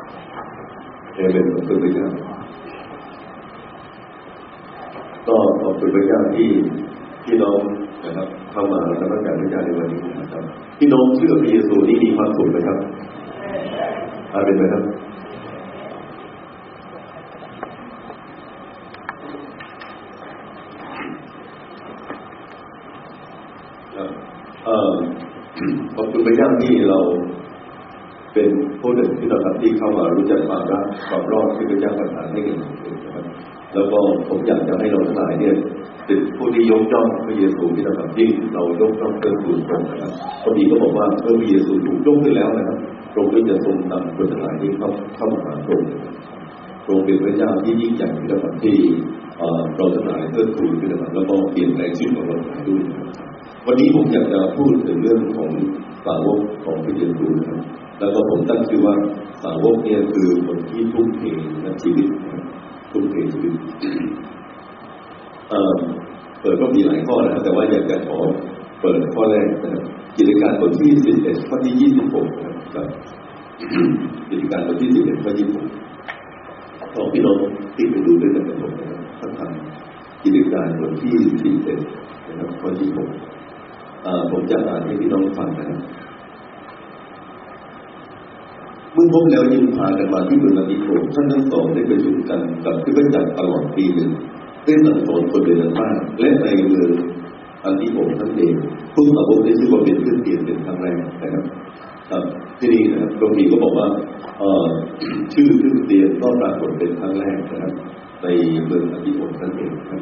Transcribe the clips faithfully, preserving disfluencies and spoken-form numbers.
เอเมนขอบคุณพระเจ้าก็ขอบคุณพระเจ้าที่พี่น้องนะครับเข้ามาแล้วก็การพระเจ้าในวันนี้นะครับพี่น้องเชื่อพระเยซูนี่มีความสุขไหมครับอาเมนไหมครับขอบคุณพระเจ้าที่เราเป็นผู้หนึ่งที่เราทำที่เข้ามารู้จักความรักความรอดที่พระเจ้าประทานให้แก่เรานะครับแล้วก็ผมอยากจะให้เราทั้งหลายเนี่ยเป็นผู้ที่ยกย่องพระเยซูที่เราทำที่เรายกย่องเติมบุญตรงนะครับพอดีก็บอกว่าเมื่อพระเยซูถูกยกขึ้นแล้วนะครับพระองค์ก็จะทรงนำคนทั้งหลายที่เข้าเข้ามาหาพระองค์พระองค์เป็นพระเจ้าที่ยิ่งใหญ่ที่เราทำที่เราทั้งหลายเติมบุญขึ้นนะครับแล้วก็เปลี่ยนแปลงชีวิตของเราด้วยวันนี้ผมอยากจะพูดถึงเรื่องของสาวกของพระเยซูนะครับแล้วก็ผมตั้งชื่อว่าสาวกเนี่ยคือคนที่ทุ่มเทในชีวิตทุ่มเทชีวิตเอ่อเปิดก็มีหลายข้อนะครับแต่ว่าอยากจะขอเปิดข้อแรกนะครับกิจการบทที่สิบเอ็ดข้อที่ยี่สิบหกนะครับกิจการบทที่สิบเอ็ดข้อยี่สิบหกขอพี่น้องที่ไปดูด้วยกันทั้งหมดนะครับท่านทำกิจการบทที่สิบเอ็ดนะครับข้อยี่สิบหกผมจะอ่านให้พี่น้องฟังนะครับเมื่อพบแล้วยังพากันมาที่เมืองอาติโกท่านทั้งสองได้ประชุมกันกับที่พระจักรตลอดปีหนึ่งได้สั่งสอนคนเดินบ้านและในเมืองอาติโกนั่นเองพวกสาวกได้ชื่อว่าเป็นคริสเตียนเป็นครั้งแรกนะครับที่นี่นะครับตรงนี้ก็บอกว่าชื่อคริสเตียนก็ปรากฏเป็นครั้งแรกนะครับในเมืองอาติโกนั่นเองครับ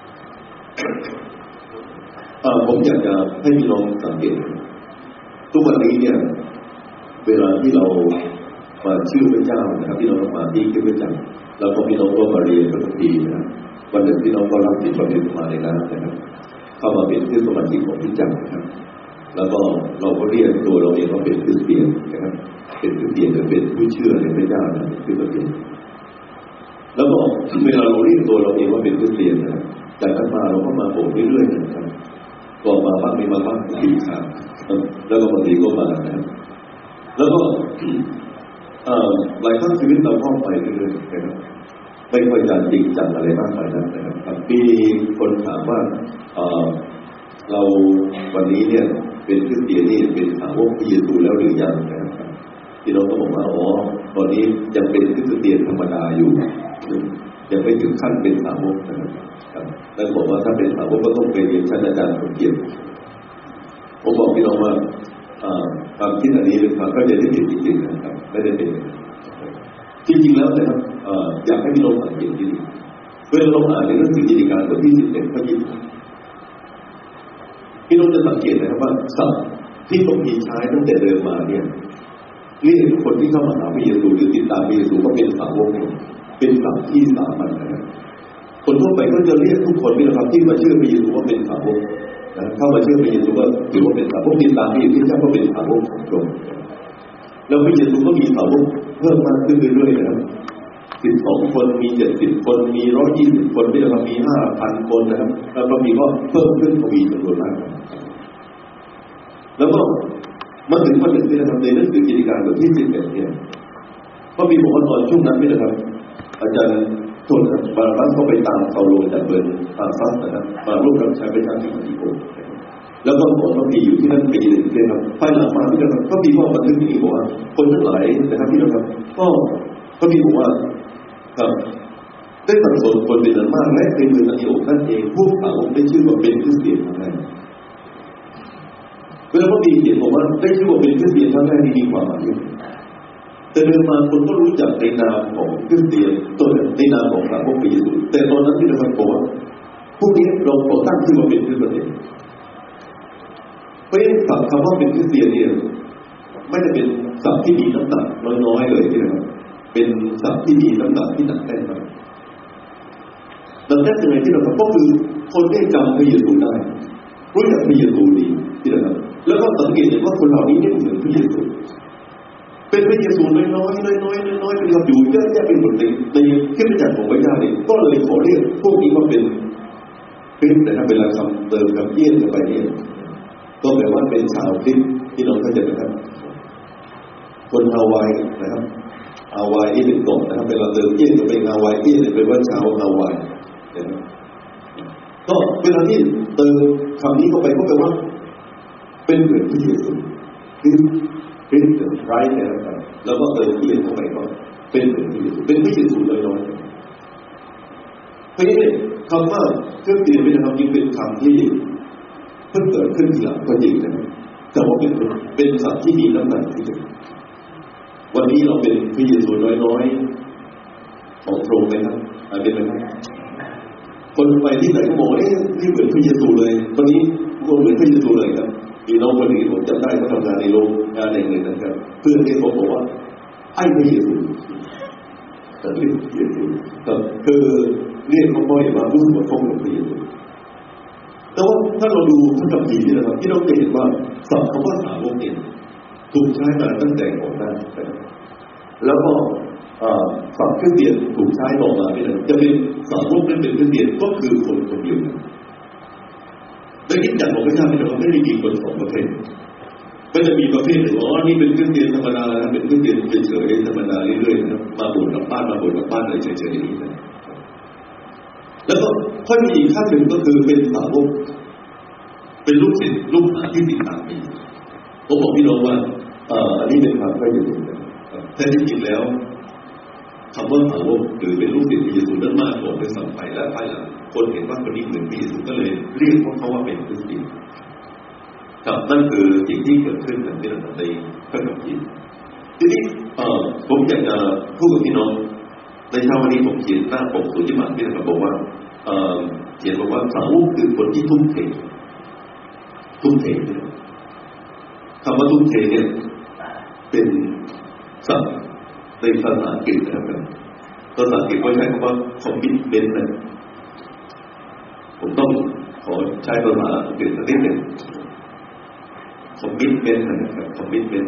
ผมอยากจะให้พี่น้องสังเกตทุกวันนี้เนี่ยเวลาที่เรามาชื่อพระเจ้านะครับพี่น้องมาที่คริสตจักรแล้วก็พี่น้องก็มาเรียนพระคัมภีร์นะครับวันหนึ่งพี่น้องก็รับสิทธิ์ประเภทมาในนั้นนะครับเข้ามาเป็นคริสตสมาชิกของคริสตจักรนะครับแล้วก็เราก็เรียกตัวเราเองว่าเป็นคริสเตียนนะครับเป็นคริสเตียนหรือเป็นผู้เชื่อในพระเจ้านะคริสเตียนแล้วก็เวลาเราเรียกตัวเราเองว่าเป็นคริสเตียนนะครับจากนั้นมาเราก็มาโบสถ์เรื่อยๆนะครับก็มาบ้างมีมาบ้างปีขาแล้วก็บางทีก็มานะครับแล้วก็หลายครั้งชีวิตเราเข้าไปเรื่อยๆนะครับไม่ค่อยจะจริงจังอะไรมากมายนะครับมีคนถามว่าเราวันนี้เนี่ยเป็นคริสเตียนนี่เป็นสาวกพระเยซูแล้วหรือยังนะครับที่เราก็บอกว่าอ๋อตอนนี้ยังเป็นคริสเตียนธรรมดาอยู่ยังไม่ถึงขั้นเป็นสาวกนะครับแล้วบอกว่าถ้าเป็นสาวกก็ต้องไปเรียนชั้นอาจารย์คนเกียรติผมบอกพี่น้องว่าความคิดอันนี้เป็นความเข้าใจที่ผิดจริงๆนะครับไม่ได้เป็นจริงๆแล้วนะครับอยากให้พี่น้องสังเกตดีๆเวลาเราอ่านในหนังสือกิจการบทที่สิบเอ็ดข้อยี่สิบพี่น้องจะสังเกตนะครับว่าศัพท์ที่พระมีใช้ตั้งแต่เดิมมาเนี่ยเรียกคนที่เข้ามาหาพระเยซูหรือติดตามพระเยซูก็เป็นสาวกเป็นศัพท์ที่สามัญนะครับคนทั่วไปก็จะเรียกทุกคนนี่นะครับที่มาเชื่อพระเยซูว่าเป็นสาวกนะเข้ามาเชื่อพระเยซูก็ถือว่าเป็นสาวกติดตามพระเยซูเจ้าก็เป็นสาวกของพระองค์แล้วพระเยซูก็มีสาวกเพิ่มมากขึ้นเรื่อยๆนะครับสิบสองคนมีเจ็ดสิบคนมีร้อยยี่สิบคนนี่นะครับมีห้าพันคนนะครับแล้วก็มีก็เพิ่มขึ้นทวีจำนวนมากแล้วก็มาถึงวันหนึ่งที่นะครับในหนังสือกิจการบทที่สิบเอ็ดเนี่ยก็มีบอกว่าตอนช่วงนั้นนี่นะครับอาจารย์โทษนะครับบาราบัสเขาไปตามเปาโลจากเมืองตาซัสนะครับมาร่วมกับชายประชาชนอาติโกแล้วก็บอกว่ามีอยู่ที่นั่นปีหนึ่งนะครับภายหลังมาที่นั่นก็มีข้อบันทึกนี้บอกว่าคนทั้งหลายนะครับที่นะครับก็ก็มีบอกว่าครับได้สั่งสอนคนเป็นอันมากและในเมืองอาติโกนั่นเองพวกเขาได้ชื่อว่าเป็นคริสเตียนครั้งแรกเวลาเขามีเขียนบอกว่าได้ชื่อว่าเป็นคริสเตียนครั้งแรกที่มีความหมายแต่เดินมาคนก็รู้จักในนามของคริสเตียนตัวในนามของพระพระเยซูแต่ตอนนั้นที่เราบอกว่าพวกนี้เราขอตั้งชื่อว่าเป็นคริสเตียนเพราะศัพท์คำว่าเป็นคริสเตียนเนี่ยไม่ได้เป็นศัพท์ที่มีน้ำหนักน้อยๆเลยที่นะครับเป็นศัพท์ที่มีน้ำหนักที่หนักแน่นมากดังนั้นยังไงที่เราทำก็คือคนได้จำพระเยซูได้รู้จักพระเยซูดีที่นะครับแล้วก็สังเกตเห็นว่าคนเหล่านี้เนี่ยเหมือนพระเยซูเป็นพระเยซูน้อยๆน้อยๆน้อยๆเป็นเราอยู่เยอะแยะเป็นคนในในคริสตจักรของพระเจ้าเนี่ยก็เลยขอเรียกพวกนี้ว่าเป็นคริสต์แต่ถ้าเวลาคำเติมคำเยี่ยนเข้าไปเนี่ยก็แปลว่าเป็นชาวคริสต์ที่เราเข้าใจนะครับคนฮาวายนะครับฮาวายนี่เป็นเกาะนะครับเวลาเติมเอี้ยนจะเป็นฮาวายเอี้ยนเป็นว่าชาวฮาวายนะครับก็เวลาที่เติมคำนี้เข้าไปก็แปลว่าเป็นเหมือนพระเยซูคือเป็นเหมือนไครส์นะครับแล้วก็เติมเอี้ยนเข้าไปก็เป็นเหมือนพระเยซูเป็นพระเยซูน้อยๆเพราะฉะนั้นคำว่าเครื่องเตียนเป็นคำยิ่งเป็นคำที่เพิ่งเกิดขึ้นทีหลังก็จริงนะครับแต่ว่าเป็นเป็นศัพท์ที่มีน้ำหนักที่สุดวันนี้เราเป็นพระเยซูน้อยๆของพระองค์ไหมครับเป็นไหมครับคนไปที่ไหนก็บอกเอ๊ะนี่เหมือนพระเยซูเลยตอนนี้คนเหมือนพระเยซูเลยครับมีน้องคนนี้ผมจำได้เขาทำงานในโรงงานแห่งหนึ่งนะครับเพื่อนที่เขาบอกว่าไอ้พระเยซูแต่เรียกพระเยซูคือเรียกเขาบ่อยมารู้สึกว่าเขาเป็นพระเยซูแต่ว่าถ้าเราดูพระคัมภีร์นี่นะครับที่เราจะเห็นว่าศัพท์คำว่าสาวกเนี่ยถูกใช้มาตั้งแต่ก่อนหน้าแล้วก็ศัพท์คริสเตียนถูกใช้ต่อมาไม่ได้จะเป็นสาวกนั้นเป็นคริสเตียนก็คือคนคนเดียวกันในคริสตจักรของพระเจ้าไม่ได้ไม่ได้มีคนสองประเภทก็จะมีประเภทหนึ่งอ๋อนี่เป็นคริสเตียนธรรมดานะเป็นคริสเตียนเฉยๆธรรมดาเรื่อยๆนะมาบ่นกับบ้านมาบ่นกับบ้านอะไรเฉยๆอย่างนี้นะแล้วก็ค่อยมีอีกขั้นหนึ่งก็คือเป็นสาวกเป็นลูกศิษย์ลูกหาที่ติดตามมีผมบอกพี่น้องว่าอันนี้เป็นความไม่อยู่นะแท้ที่จริงแล้วคำว่าสาวกหรือเป็นลูกศิษย์พระเยซูนั้นมากกว่าเป็นสัมไปและภายหลังคนเห็นว่าคนนี้เหมือนพระเยซูก็เลยเรียกเขาว่าเป็นคริสเตียนครับนั่นคือสิ่งที่เกิดขึ้นในในพระคัมภีร์ทีนี้ผมอยากจะพูดกับพี่น้องในเช้าวันนี้ผมเขียนหน้าปกสุจิมาที่นะครับบอกว่าเขียนบอกว่าสาวกคือคนที่ทุ่มเททุ่มเทคำว่าทุ่มเทเนี่ยเป็นศัพท์ในภาษาอังกฤษนะครับภาษาอังกฤษเขาใช้คำว่า commitment นะผมต้องขอใช้ภาษาอังกฤษสักนิดหนึ่ง commitment นะครับ commitment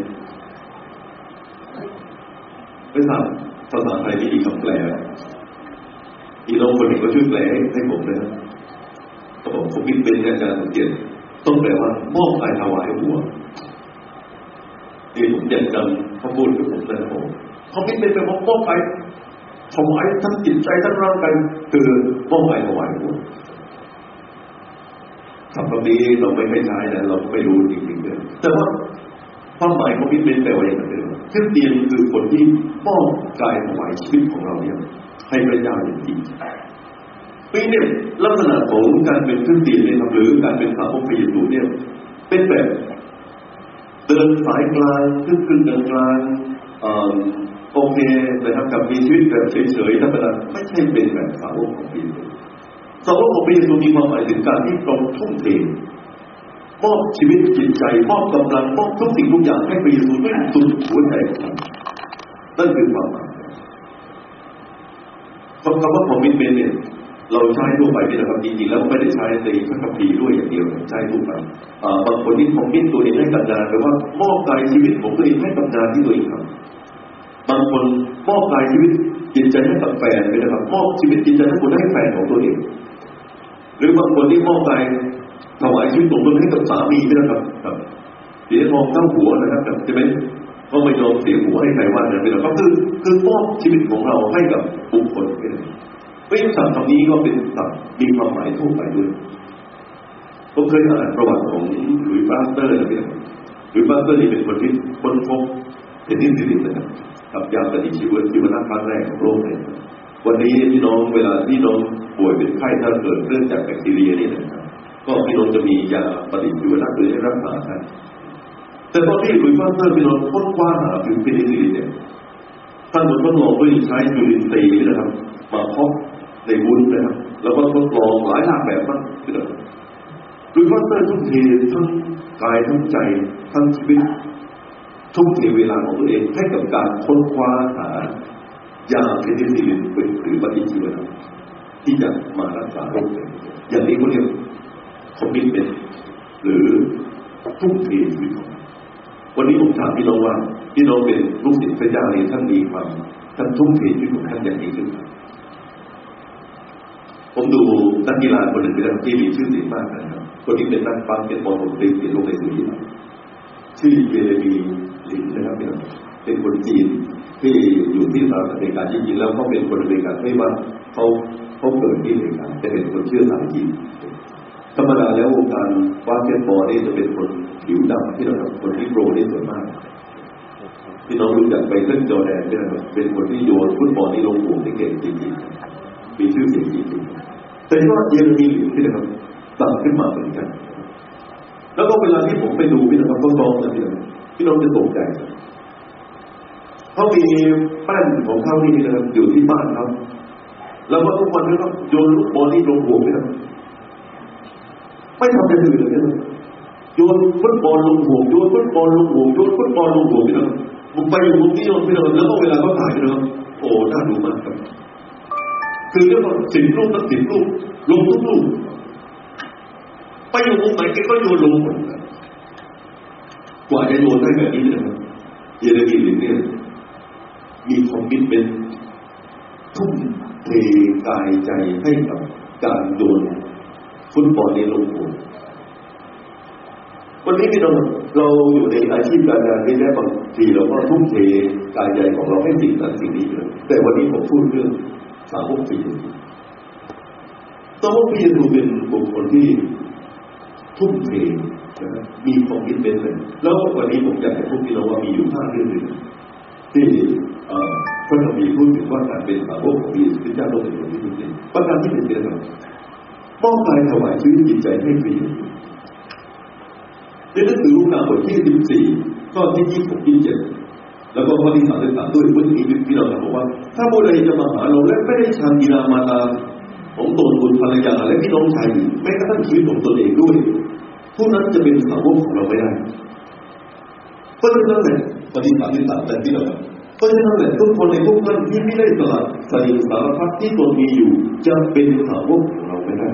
ไม่ทราบภาษาไทยมีอีกคำแปลอีน้องคนหนึ่งก็ช่วยแปลให้ให้ผมนะครับเขาบอก commitment เนี่ยอาจารย์สังเกตต้องแปลว่ามอบกายถวายหัวที่ผมอยากจำเขาพูดกับผมนะครับผมเขาไม่เป็นแบบว่ามอบกายถวายทั้งจิตใจทั้งร่างกายคือมอบกายถวายหัวคำนี้เราไม่ไม่ใช้นะเราไม่รู้จริงๆเลยแต่ว่าความหมายของมิตรเป็นแปลว่าอย่างไรคริสเตียนคือคนที่มอบกายถวายชีวิตของเราเนี่ยให้พระเจ้าอย่างจริงปีนี้ลักษณะของการเป็นคริสเตียนเนี่ยหรือการเป็นสาวกพระเยซูเนี่ยเป็นแบบเดินสายกลางครึ่งๆกลางๆโอเคนะครับกับมีชีวิตแบบเฉยๆธรรมดาไม่ใช่เป็นแบบสาวกของพระเยซูสาวกของพระเยซูมีความหมายถึงการที่ตรงทุ่มเทมอบชีวิตจิตใจมอบกำลังมอบทุกสิ่งทุกอย่างให้พระเยซูด้วยสุดหัวใจของเรานั่นคือความหมายคำว่าคอมมิตเมนต์เนี่ยเราใช้ทั่วไปนี่นะครับจริงๆแล้วไม่ได้ใช้ในพระคัมภีร์ด้วยอย่างเดียวใช้ทั่วไปบางคนที่คอมมิตตัวเองให้กับงานแปลว่ามอบกายชีวิตของตัวเองให้กับงานที่ตัวเองทำบางคนมอบกายชีวิตจิตใจให้กับแฟนไปนะครับมอบชีวิตจิตใจทั้งหมดให้แฟนของตัวเองหรือบางคนที่มอบกายถวายชีวิตของตนให้กับสามีไปนะครับครับเดี๋ยวมองเข้าหัวนะครับใช่ไหมก็ไม่ยอมเสียหัวให้ใครว่าเนี่ยเป็นก็คือคือมอบชีวิตของเราให้กับบุคคลไปเลยไม่ใช่ศัพท์คำนี้ก็เป็นศัพท์มีความหมายทั่วไปด้วยผมเคยอ่านประวัติของหลุยส์ ปาสเตอร์เนี่ยหลุยส์ ปาสเตอร์นี่เป็นคนที่ค้นพบเพนิซิลลินนะครับกับยาปฏิชีวชีวนะครั้งแรกของโลกเลยวันนี้พี่น้องเวลาพี่น้องป่วยเป็นไข้ถ้าเกิดเรื่องจากแบคทีเรียนี่นะครับก็พี่น้องจะมียาปฏิชีวนะหรือให้รักษาท่านแต่ตอนที่หลุยส์ ปาสเตอร์พี่น้องค้นคว้าหาถึงเพนิซิลลินเนี่ยท่านทดลองด้วยใช้จุลินทรีย์นะครับมาเพาะในวุ้นนะครับแล้วก็ทดลองหลายหลากแบบมากเลยหลุยส์ ปาสเตอร์ทุ่มเททั้งกายทั้งใจทั้งชีวิตทุ่มเทเวลาของตัวเองให้กับการค้นคว้าหายาเพนิซิลลินหรือปฏิชีวนะที่จะมารักษาโรคอย่างนี้เขาเรียกคอมมิตเมนต์หรือทุ่มเทชีวิตของวันนี้ผมถามพี่น้องว่าพี่น้องเป็นลูกศิษย์พระเจ้าเนี่ยท่านมีความท่านทุ่มเทชีวิตของท่านอย่างนี้ขึ้นผมดูนักกีฬาคนหนึ่งที่มีชื่อเสียงมากนะครับคนที่เป็นนักปั้มเป็นบอลโอลิมปิกเป็นลงในสุริยะชื่อเยเรมีลินนะครับเป็นคนจีนที่อยู่ที่สหรัฐอเมริกาจริงๆแล้วเขาเป็นคนอเมริกันไม่ว่าเขาเขาเกิดที่อเมริกาจะเป็นคนเชื้อสายจีนธรรมดาแล้ววงการบาสเกตบอลนี่จะเป็นคนผิวดำที่เราคนที่โปรนี่ส่วนมากที่น้องรู้จักไปเล่นจอร์แดนเนี่ยเป็นคนที่โยนฟุตบอลนี่ลงห่วงที่เก่งจริงๆมีชื่อเสียงจริงๆแต่ว่าเยอรมนีที่นะครับต่างขึ้นมาเหมือนกันแล้วก็เวลาที่ผมไปดูพี่น้องเขาซ้อมนะพี่น้องพี่น้องจะตกใจเขามีแป้นของเขานี่นะครับอยู่ที่บ้านเขาแล้วก็ทุกวันนี้ครับโยนลูกบอลนี่ลงห่วงพี่น้องไม่ทำอย่างอื่นเลยพี่น้องโยนฟุตบอลลงห่วงโยนฟุตบอลลงห่วงโยนฟุตบอลลงห่วงพี่น้องผมไปอยู่ตรงนี้โยนพี่น้องแล้วก็เวลาเขาถ่ายพี่น้องโอ้น่าดูมากครับคือเรียกว่าสิบลูกตั้งสิบลูกลงทุกลูกไปอยู่ตรงไหนแกก็โยนลงหมดกว่าจะโยนได้แบบนี้นะครับเยเรมีลินเนี่ยมีคอมมิตเมนต์ทุ่มเทกายใจให้กับการโยนฟุตบอลในลงโทษวันนี้พี่น้องเราอยู่ในอาชีพการงานไม่ได้บางทีเราก็ทุ่มเทกายใจของเราให้สิ่งนั้นสิ่งนี้เลยแต่วันนี้ผมพูดเรื่องสาวกปีสาวกปีดูเป็นบุคคลที่ทุ่มเทนะมีความคิดเป็นเลยแล้ววันนี้ผมอยากให้พวกพี่น้องว่ามีอยู่ห้าเรื่องหนึ่งที่พระคัมภีร์พูดถึงว่าการเป็นสาวกของพระเยซูคริสต์เจ้าต้องเป็นคนที่ทุ่มเทประการที่หนึ่งเป็นอะไรมอบกายถวายชีวิตจิตใจให้พระเยซูในหนังสือลูกาบทที่สิบสี่ข้อที่ยี่สิบหกยี่สิบเจ็ดแล้วก็ข้อที่สามสิบสามด้วยพุทธกิจที่เราบอกว่าถ้าผู้ใดจะมาหาเราและไม่ได้ชังบิดามารดาของตนบุตรภรรยาและพี่น้องชายแม้กระทั่งชีวิตของตนเองด้วยผู้นั้นจะเป็นสาวกของเราไม่ได้เพราะฉะนั้นแหละปฏิสามที่สามแต่ที่เราเพราะฉะนั้นแหละทุกคนในพวกนั้นที่ไม่ได้สละใส่สารพัดที่ตนมีอยู่จะเป็นสาวกของเราไม่ได้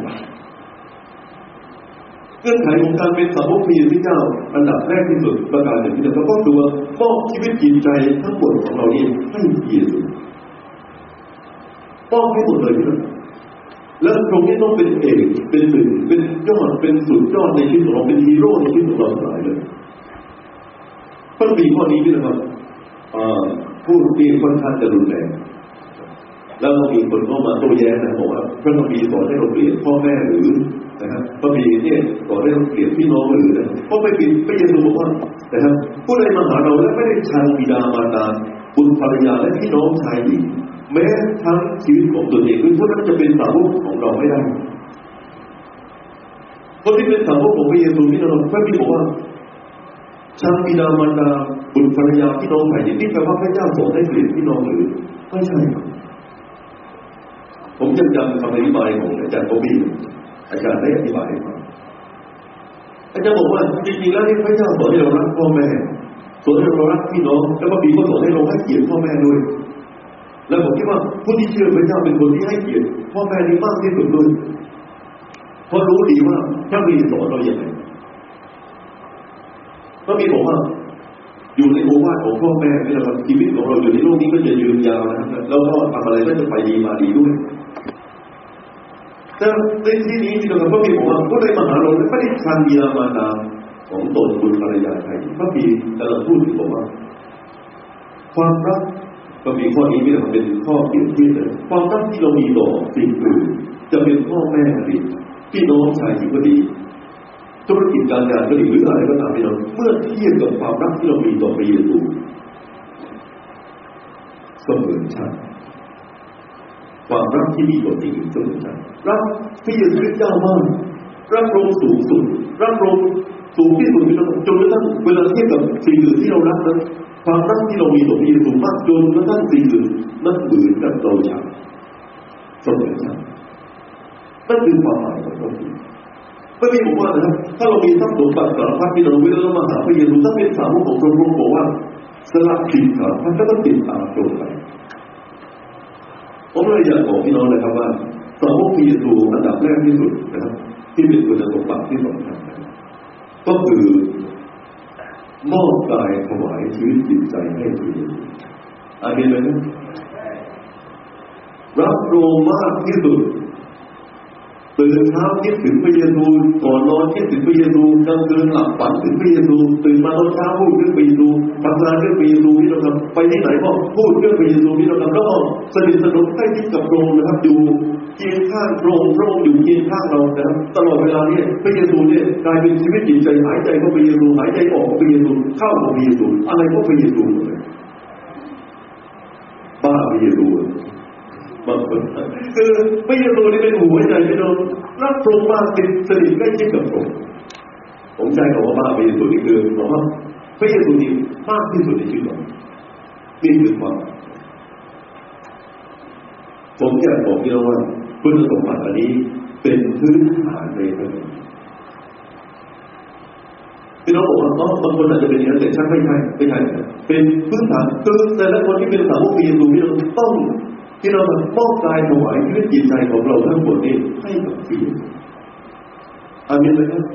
เงื่อนไขของการเป็นสาวกพระเยซูเจ้าอันดับแรกที่สุดประการหนึ่งที่เราต้องดูว่ามอบชีวิตจิตใจทั้งหมดของเรานี้ให้พระเยซูมอบให้หมดเลยที่นั่นแล้วตรงนี้ต้องเป็นเอกเป็นหนึ่งเป็นยอดเป็นสุดยอดในชีวิตของเราเป็นฮีโร่ในชีวิตของเราหลายเลยพระบีข้อนี้พี่นะครับผู้ที่ค่อนข้างจะรุนแรงแล้วก็มีคนเข้ามาโต้แย้งนะบอกว่าพระบีสอนให้เราเปลี่ยนพ่อแม่หรือนะครับพระบีเนี่ยสอนให้เราเปลี่ยนพี่น้องหรือนะเพราะไม่เป็นพระเยซูบอกว่านะครับผู้ใดมาหาเราและไม่ได้ชังบิดามารดาบุตรภรรยาและพี่น้องชายหญิงแม้ทั้งชีวิตของตนเองด้วยพวกนั้นจะเป็นสาวกของเราไม่ได้คนที่เป็นสาวกของพระเยซูที่เราพระบิดาบอกว่าชังบิดามารดาบุตรภรรยาพี่น้องชายหญิงนี่แปลว่าพระเจ้าสอนให้เปลี่ยนพี่น้องหรือไม่ใช่ผมยังจำคำอธิบายของอาจารย์โบบี้อาจารย์ได้อธิบายให้ฟังอาจารย์บอกว่าจริงๆแล้วนี่พระเจ้าสอนให้เรารักพ่อแม่สอนให้เรารักพี่น้องแล้วพระบิดาก็สอนให้เราให้เกียรติพ่อแม่ด้วยแล้วผมคิดว่าผู้ที่เชื่อพระเจ้าเป็นคนที่ให้เกียรติพ่อแม่นี้มากที่สุดด้วยเพราะรู้ดีว่าพระบิดาสอนเราอย่างไรพระบิดาบอกว่าอยู่ในโอวาทของพ่อแม่นี่แหละครับชีวิตของเราอยู่ในโลกนี้ก็จะยืนยาวนะครับแล้วก็ทำอะไรก็จะไปดีมาดีด้วยแต่ในที่นี้ที่เราพระบิดาบอกว่าผู้ใดมาหาเราไม่ได้ชังบิดามารดาของตนบุตรภรรยาใครพระบิดากำลังพูดถึงบอกว่าความรักก็มีข้อนี้ที่เราเป็นข้อเปรียบเทียบเลยความรักที่เรามีต่อสิ่งอื่นจะเป็นพ่อแม่หรือพี่น้องชายหญิงก็ดีธุรกิจการงานก็ดีหรืออะไรก็ตามที่เราเมื่อเทียบกับความรักที่เรามีต่อพระเยซูเสมอชั้นความรักที่มีต่อสิ่งอื่นเสมอชั้นรักพระเยซูเจ้ามากรักลงสูงสุดรักลงสูงที่สุดจนกระทั่งเวลาเทียบกับสิ่งอื่นที่เรารักนั้นความรักที่เรามีต่อพระเยซูมากจนกระทั่งสิ่งอื่นนั้นเหมือนกับเราฉันเสมอชั้นนั่นคือความหมายของพระบิดาพระบิดาบอกว่านะครับถ้าเรามีทรัพย์สมบัติสารพัดที่เราเวลาเรามาหาพระเยซูถ้าเป็นสาวกของพระองค์บอกว่าสละสิ่งสารพัดก็ต้องติดตามพระองค์ไปผมเลยอยากบอกพี่น้องนะครับว่าสาวกพระเยซูอันดับแรกที่สุดนะครับที่เป็นคุณสมบัติที่สำคัญก็คือมอบกายถวายชีวิตจิตใจให้พระเยซูอาเมนไหมครับรักโรมมากที่สุดตื่นเช้าคิดถึงพระเยซูก่อนนอนคิดถึงพระเยซูกลางคืนหลับฝันถึงพระเยซูตื่นมาตอนเช้าพูดเรื่องพระเยซูทำงานเรื่องพระเยซูที่เราทำไปที่ไหนก็พูดเรื่องพระเยซูที่เราทำแล้วก็สนิทสนมใกล้ชิดกับพระองค์นะครับอยู่เคียงข้างพระองค์พระองค์อยู่เคียงข้างเรานะครับตลอดเวลานี้พระเยซูเนี่ยกลายเป็นชีวิตจิตใจหายใจก็พระเยซูหายใจออกก็พระเยซูเข้าก็พระเยซูอะไรก็พระเยซูเลยบ้าพระเยซูบางคนคือพระเยซูนี่เป็นหัวใจที่เรารักพระองค์มากติดสนิทใกล้ชิดกับพระองค์ผมใจบอกว่าบ้าพระเยซูนี่คือบอกว่าพระเยซูนี่มากที่สุดในชีวิตเรานี่คือความผมอยากบอกพี่น้องว่าคุณสมบัติอันนี้เป็นพื้นฐานในพระคัมภีร์พี่น้องบอกว่าอ๋อบางคนอาจจะเป็นอย่างนั้นแต่ฉันไม่ใช่ไม่ใช่เป็นพื้นฐานคือแต่ละคนที่เป็นสาวกพระเยซูพี่น้องต้องที่เรามอบกายถวายชีวิตจิตใจของเราทั้งหมดนี้ให้กับพระเยซูอาเมนไหมครับ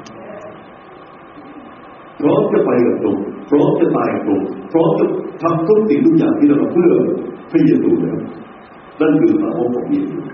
พร้อมจะไปกับตรงพร้อมจะตายกับตรงพร้อมจะทำทุกสิ่งทุกอย่างที่เราเพื่อพระเยซูแล้วนั่นคือสาวกของพระเยซู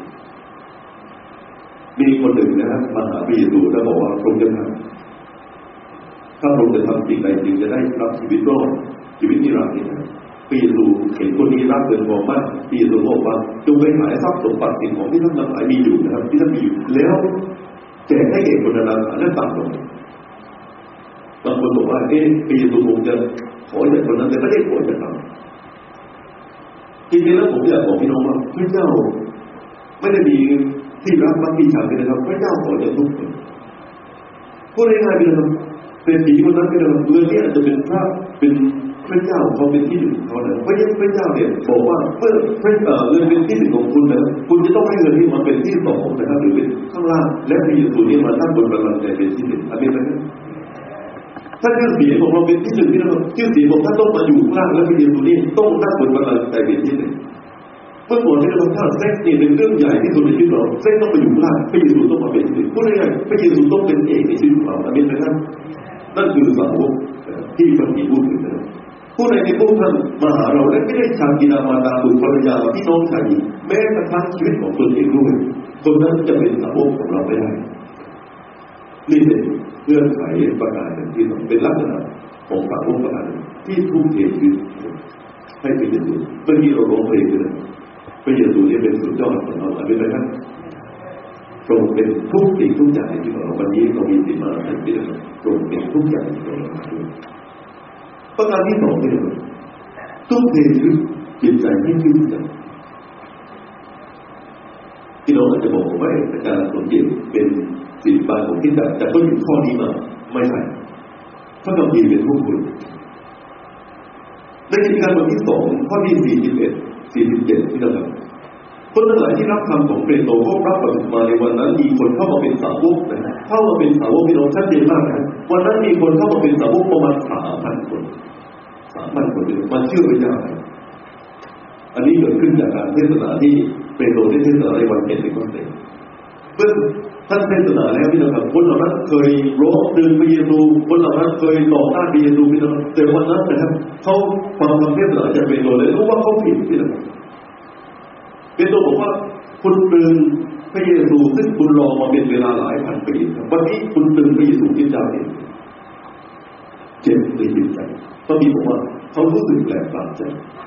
มีคนหนึ่งนะครับมาหาพระเยซูแล้วบอกว่าพระองค์จะทำถ้าพระองค์จะทำสิ่งใดสิ่งจะได้รับชีวิตรอดชีวิตนิรันดร์นะพระเยซูเห็นคนนี้รักเกินพอมากพระเยซูบอกว่าจงไปขายทรัพย์สมบัติสิ่งของที่ท่านทั้งหลายมีอยู่นะครับที่ท่านมีอยู่แล้วแจกให้เด็กคนนั้นและตัดลงบางคนบอกว่าเอ๊ะพระเยซูคงจะขอจากคนนั้นแต่ไม่ได้ขอจากเราจริงๆแล้วผมอยากบอกพี่น้องว่าพระเจ้าไม่ได้มีที่รักมักที่ชังเลยนะครับพระเจ้าขอจากทุกคนพูดง่ายๆพี่น้องเป็นผีคนนั้นพี่น้องเรื่องนี้อาจจะเป็นพระเป็นพระเจ้าเขาเป็นที่หนึ่งเขาเลยเพราะพระเจ้าเนี่ยบอกว่าเมื่อพระเงินเป็นที่หนึ่งของคุณนะคุณจะต้องให้เงินที่มันเป็นที่สองนะครับหรือเป็นข้างล่างและพระเยซูนี่มาตั้งบนบัลลังก์เป็นที่หนึ่งอะไรแบบนี้ถ้าชื่อเสียงของเราเป็นที่หนึ่งที่เราชื่อเสียงของท่านต้องมาอยู่ข้างล่างและพระเยซูนี่ต้องตั้งบนบัลลังก์เป็นที่หนึ่งเมื่อก่อนที่เราถ้าเซ็กนี่เป็นเรื่องใหญ่ที่สุดในชีวิตเราเซ็กต้องมาอยู่ข้างล่างพระเยซูต้องมาเป็นที่หนึ่งพูดง่ายๆพระเยซูต้องเป็นเอกในชีวิตของเราอะไรแบบนั้นนั่นคือสาวกที่พระบิดาพูดถึงนะผู้ใดในพวกท่านมาหาเราและไม่ได้ชากินามาตาบุตรภรรยาพี่น้องชายหญิงแม้กระทั่งชีวิตของตนเองด้วยคนนั้นจะเป็นสาวกของเราไม่ได้นี่เป็นเงื่อนไขประการหนึ่งที่ต้องเป็นลักษณะของสาวกประการหนึ่งที่ทุ่มเทชีวิตให้พระเยซูเมื่อกี้เราร้องเพลงเลยพระเยซูนี่เป็นสุดยอดของเราอะไรไหมครับตรงเป็นทุกสิ่งทุกอย่างที่เราวันนี้เรามีสิ่งมาให้เป็นตรงเป็นทุกอย่างที่เราทำประการที่สองเนี่ยทุ่มเทชีวิตจิตใจให้ยิ่งใหญ่ที่เราอาจจะบอกว่าอาจารย์สมเด็จเป็นศิลปะของที่แต่แต่ก็อยู่ข้อนี้มาไม่ใช่พระคัมภีร์เป็นผู้คุณในกิจการบทที่สองข้อที่สี่สิบเอ็ดสี่สิบเจ็ดที่เราทำคนทั้งหลายที่รับคำของเปโตรก็รับบัพติศมาในวันนั้นมีคนเข้ามาเป็นสาวกนะเข้ามาเป็นสาวกพี่น้องชัดเจนมากนะวันนั้นมีคนเข้ามาเป็นสาวกประมาณสามพันคนสามพันคนมาเชื่อพระเจ้าอันนี้เกิดขึ้นจากการเทศนาที่เปโตรได้เทศนาในวันเพ็ญในวันเพ็ญเมื่อท่านเทศนาแล้วพี่น้องคนเหล่านั้นเคยร้องเตือนพระเยซูคนเหล่านั้นเคยต่อต้านพระเยซูพี่น้องแต่วันนั้นนะครับเขาฟังคำเทศนาจากเปโตรเลยรู้ว่าเขาผิดพี่น้องเปโตรบอกว่าคุณตื่นพระเยซูซึ่งคุณรอมาเป็นเวลาหลายพันปีวันนี้คุณตื่นพระเยซูที่เจ้าเองเจ็บในจิตใจพระบิดาบอกว่าเขารู้สึกแปลกประหลาดใจ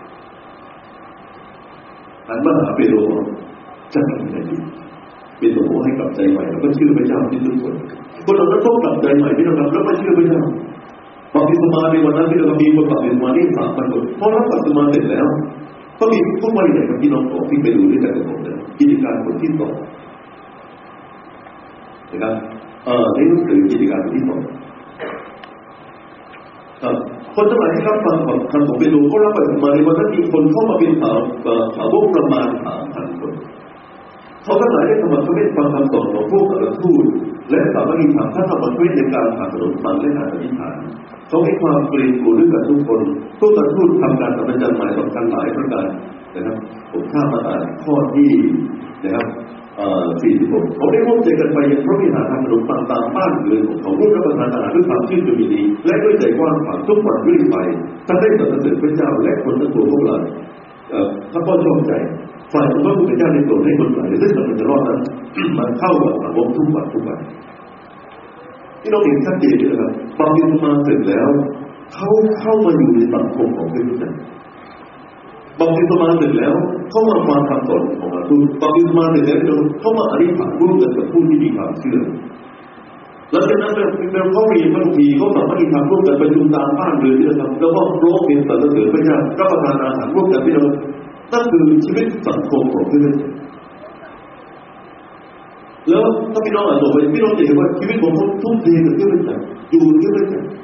หันมาหาเปโตรจะทำยังไงดีเปโตรบอกให้กลับใจใหม่แล้วก็เชื่อพระเจ้าที่ทุกคนคนเราต้องกลับใจใหม่ที่เราทำแล้วมาเชื่อพระเจ้าบัพติศมาในวันนั้นที่เรามีคนบัพติศมาที่สามพันคนพอรับบัพติศมาเสร็จแล้วก็มีพวกมาอย่างกับพี่น้องของที่ไปดูด้วยกันกับผมเนี่ยกิจการบทที่สองนะครับเอ่อในหนังสือกิจการบทที่สองคนทั้งหลายที่รับฟังคำของเปโตรก็รับบัพติศมาในวันนั้นมีคนเข้ามาเป็นสาวสาวกประมาณสามพันคนเขาทั้งหลายได้สมัครเข้าเป็นฟังคำสอนของพวกอัครทูตและสามารถทำท่านทำมาช่วยในการผ่านถนนฟังและการอธิษฐานเขาให้ความเกรงกลัวด้วยกันทุกคนพวกอัครทูตทำการสัมปชัญญะหมายสำคัญหลายประการนะครับผมข้ามมาอ่านข้อที่นะครับสี่สิบหกเขาได้ร่วมใจกันไปยังพระวิหารทางถนนต่างๆบ้านเรือนของเขาร่วมรับประทานอาหารด้วยความชื่นชมยินดีและด้วยใจกว้างขวางทุกวันเรื่อยไปท่านได้สรรเสริญพระเจ้าและคนทั้งตัวพวกเราท่านก็ชอบใจฝ่ายของพระผู้เป็นเจ้าในโปรดให้คนหลายซึ่งมันจะรอดนั้นมันเข้ากับสาวกทุกวันทุกวันที่เราเห็นชัดเจนเลยนะครับบางทีมาเสร็จแล้วเขาเข้ามาอยู่ในสังคมของคริสเตียนบางทีมาเสร็จแล้วเขามาฟังคำสอนของพระผู้บางทีมาเสร็จแล้วเขามาอธิษฐานร่วมกันกับผู้ที่มีความเชื่อแล้วจากนั้นเป็นเขาเรียนบางทีเขาสามารถที่ทำร่วมกันประชุมตามบ้านเรือนที่เราทำแล้วก็ร้องเพลงสรรเสริญพระเจ้ารับประทานอาหารร่วมกันที่เรานั่นคือชีวิตสังคมของเพื่อนแล้วถ้าพี่น้องอ่านต่อไปพี่น้องจะเห็นว่าชีวิตของเขาทุ่มเทกับเพื่อนจัดอยู่เพื่อนจัด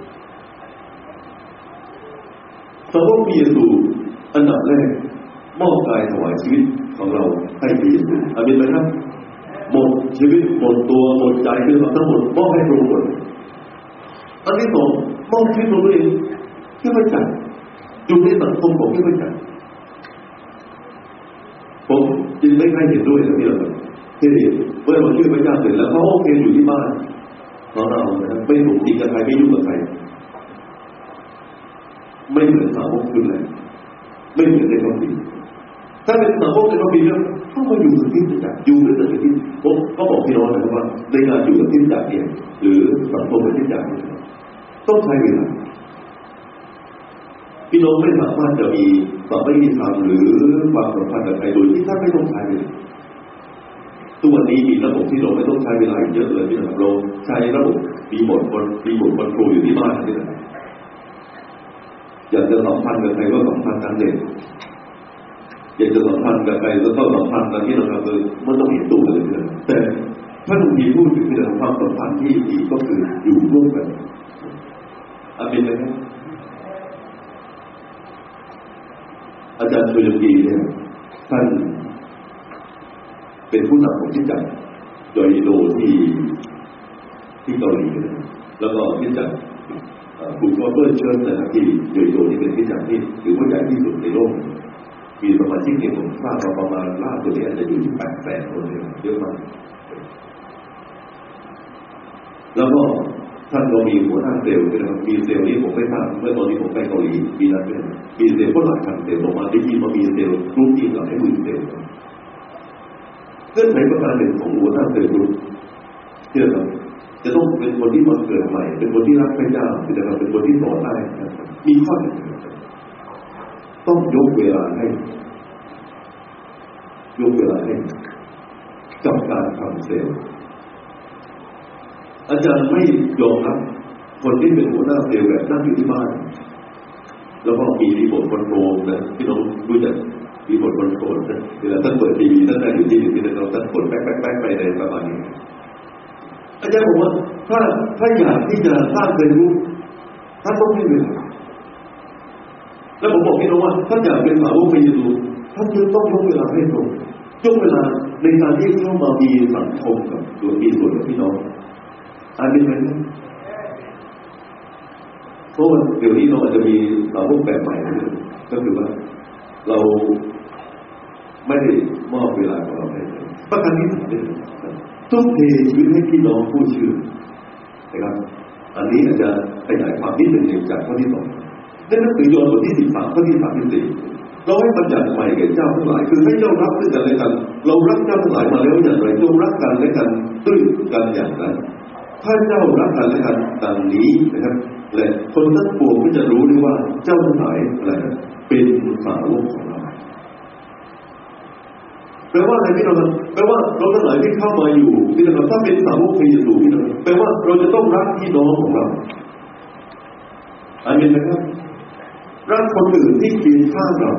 สาวกพระเยซูอันดับแรกมอบกายถวายชีวิตของเราให้พระเยซูอาเมนไหมครับหมดชีวิตหมดตัวหมดใจคือทั้งหมดมอบให้พระองค์หมดอันที่สองมอบชีวิตของตัวเองเพื่อพระเจ้าอยู่ในสังคมของเพื่อพระเจ้าผมจึงไม่ค่อยเห็นด้วยนะพี่น้องที่เมื่อเราช่วยพระเจ้าเสร็จแล้วเขาโอเคอยู่ที่บ้านของเราไม่ถูกตีกับใครไม่ยุ่งกับใครไม่เหมือนสาวกคุณเลยไม่เหมือนในความจริงถ้าเป็นสาวกในความจริงแล้วเขามาอยู่กับที่จักรอยู่ด้วยกันที่ผมก็บอกพี่น้องนะครับว่าในการอยู่กับที่จักรเนี่ยหรือสังคมกับที่จักรต้องใช้เวลาพี่น้องไม่สามารถจะมีสามัคคีธรรมหรือความสัมพันธ์กับใครโดยที่ท่านไม่ต้องใช้เวลาตัวนี้มีระบบที่เราไม่ต้องใช้เวลาเยอะเลยพี่น้องเราใช้ระบบมีหมดคนมีหมดคอนโทรลอยู่ที่บ้านนี่แหละอยากจะสัมพันธ์กับใครก็สัมพันธ์กันเด็กอยากจะสัมพันธ์กับใครก็ต้องสัมพันธ์กันที่เราทำคือมันต้องเห็นตัวเลยพี่น้องแต่ถ้าหลวงพี่พูดถึงเรื่องความสัมพันธ์ที่ดีก็คืออยู่ร่วมกันอาเป็นไหมครับอาจารย์ชลกีเนี่ยท่านเป็นผู้นำของที่จักรยอยโดที่ที่เกาหลีนะแล้วก็ที่จักรกลุ่มวอเตอร์เชิร์ชนะครับที่ยอยโดที่เป็นที่จักรที่ถือว่าใหญ่ที่สุดในโลกมีสมาชิกเนี่ยผมทราบว่าประมาณล่าสุดนี้อาจจะอยู่ที่แปดแสนคนเลยเยอะมากแล้วก็ท่านก็มีหัวหน้าเซลล์นะครับมีเซลล์นี่ผมไม่ทราบเมื่อตอนที่ผมไปเกาหลีปีนั้นเนี่ยมีเซลล์ก็หลายพันเซลล์ออกมาได้ยินว่ามีเซลล์กลุ่มที่หลายหมื่นเซลล์เงื่อนไขประการหนึ่งของหัวหน้าเซลล์กลุ่มที่เราจะต้องเป็นคนที่มาเกิดใหม่เป็นคนที่รักพระเจ้าที่จะเป็นคนที่สอนได้มีข้อหนึ่งต้องยกเวลาให้ยกเวลาให้กับการทำเซลล์อาจารย์ไม่ยอมรับคนที่เป็นหัวหน้าเซลล์แบบนั่งอยู่ที่บ้านแล้วก็มีรีโมทคอนโทรลนะที่น้องรู้จักรีโมทคอนโทรลนะเวลาท่านเปิดทีวีท่านนั่งอยู่ที่หนึ่งที่เราท่านกดแป๊กแป๊กแป๊กไปในประมาณนี้อาจารย์บอกว่าถ้าถ้าอยากที่จะสร้างเซลล์ท่านต้องให้เวลาแล้วผมบอกพี่น้องว่าถ้าอยากเป็นสาวกพระเยซูท่านจะต้องยกเวลาให้ตรงยกเวลาในการที่เข้ามามีสังคมกับตัวมีส่วนกับพี่น้องอันนี้เป็นเพราะว่าเดี๋ยวนี้เราอาจจะมีสาวกแบบใหม่ก็คือว่าเราไม่ได้มอบเวลาของเราให้ประการที่สามเนี่ยทุ่มเทชีวิตให้พี่น้องผู้เชื่อนะครับอันนี้อาจจะขยายความนิดหนึ่งจากข้อที่สองในหนังสือยอห์นบทที่สิบสามข้อที่สามสิบสี่เราให้บัญญัติใหม่แก่เจ้าทั้งหลายคือให้เจ้ารักซึ่งกันและกันเรารักเจ้าทั้งหลายมาแล้วอย่างไรจงรักกันและกันด้วยกันอย่างนั้นถ้าเจ้ารักกันและกันดังนี้นะครับและคนทั้งปวงก็จะรู้ได้ว่าเจ้าทั้งหลายอะไรเป็นสาวกของเราแปลว่าอะไรพี่น้องครับแปลว่าเราทั้งหลายที่เข้ามาอยู่พี่น้องถ้าเป็นสาวกพระเยซูพี่น้องแปลว่าเราจะต้องรักพี่น้องของเราอาเมนนะครับรักคนอื่นที่เคียงข้างเรา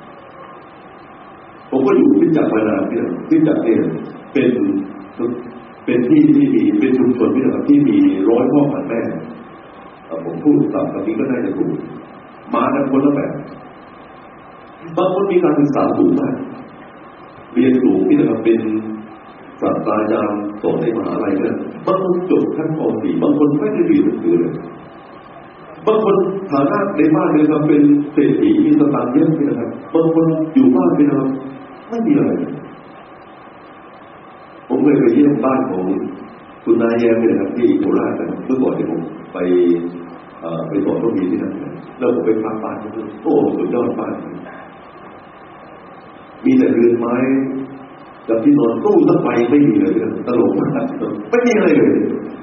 ผมก็อยู่ที่จักรมานานพี่น้องที่จักรเนี่ยเป็นเป็นที่ที่มีเป็นชุมชนพี่น้องที่มีร้อยพ่อพันแม่ผมพูดตามคำนี้ก็ได้จะถูกมากันคนละแบบบางคนมีการศึกษาสูงมากเรียนสูงที่จะเป็นศาสตราจารย์สอนในมหาลัยเนี่ยบางคนจบขั้นป สี่บางคนไม่ได้เรียนหนังสือเลยบางคนฐานะในบ้านเนี่ยครับเป็นเศรษฐีมีสตางค์เยอะนะครับบางคนอยู่บ้านเนี่ยครับไม่มีอะไรผมเคยไปเยี่ยมบ้านของคุณนายแย้มเนี่ยครับที่โคราชนะครับเมื่อก่อนที่ผมไปไปสอนโรงเรียนที่นั่นแล้วผมไปพักบ้านที่นั่นโอ้สุดยอดบ้านมีแต่เรือนไม้กับที่นอนตู้สักใบไม่มีเลยตลกมากไม่มีอะไรเลย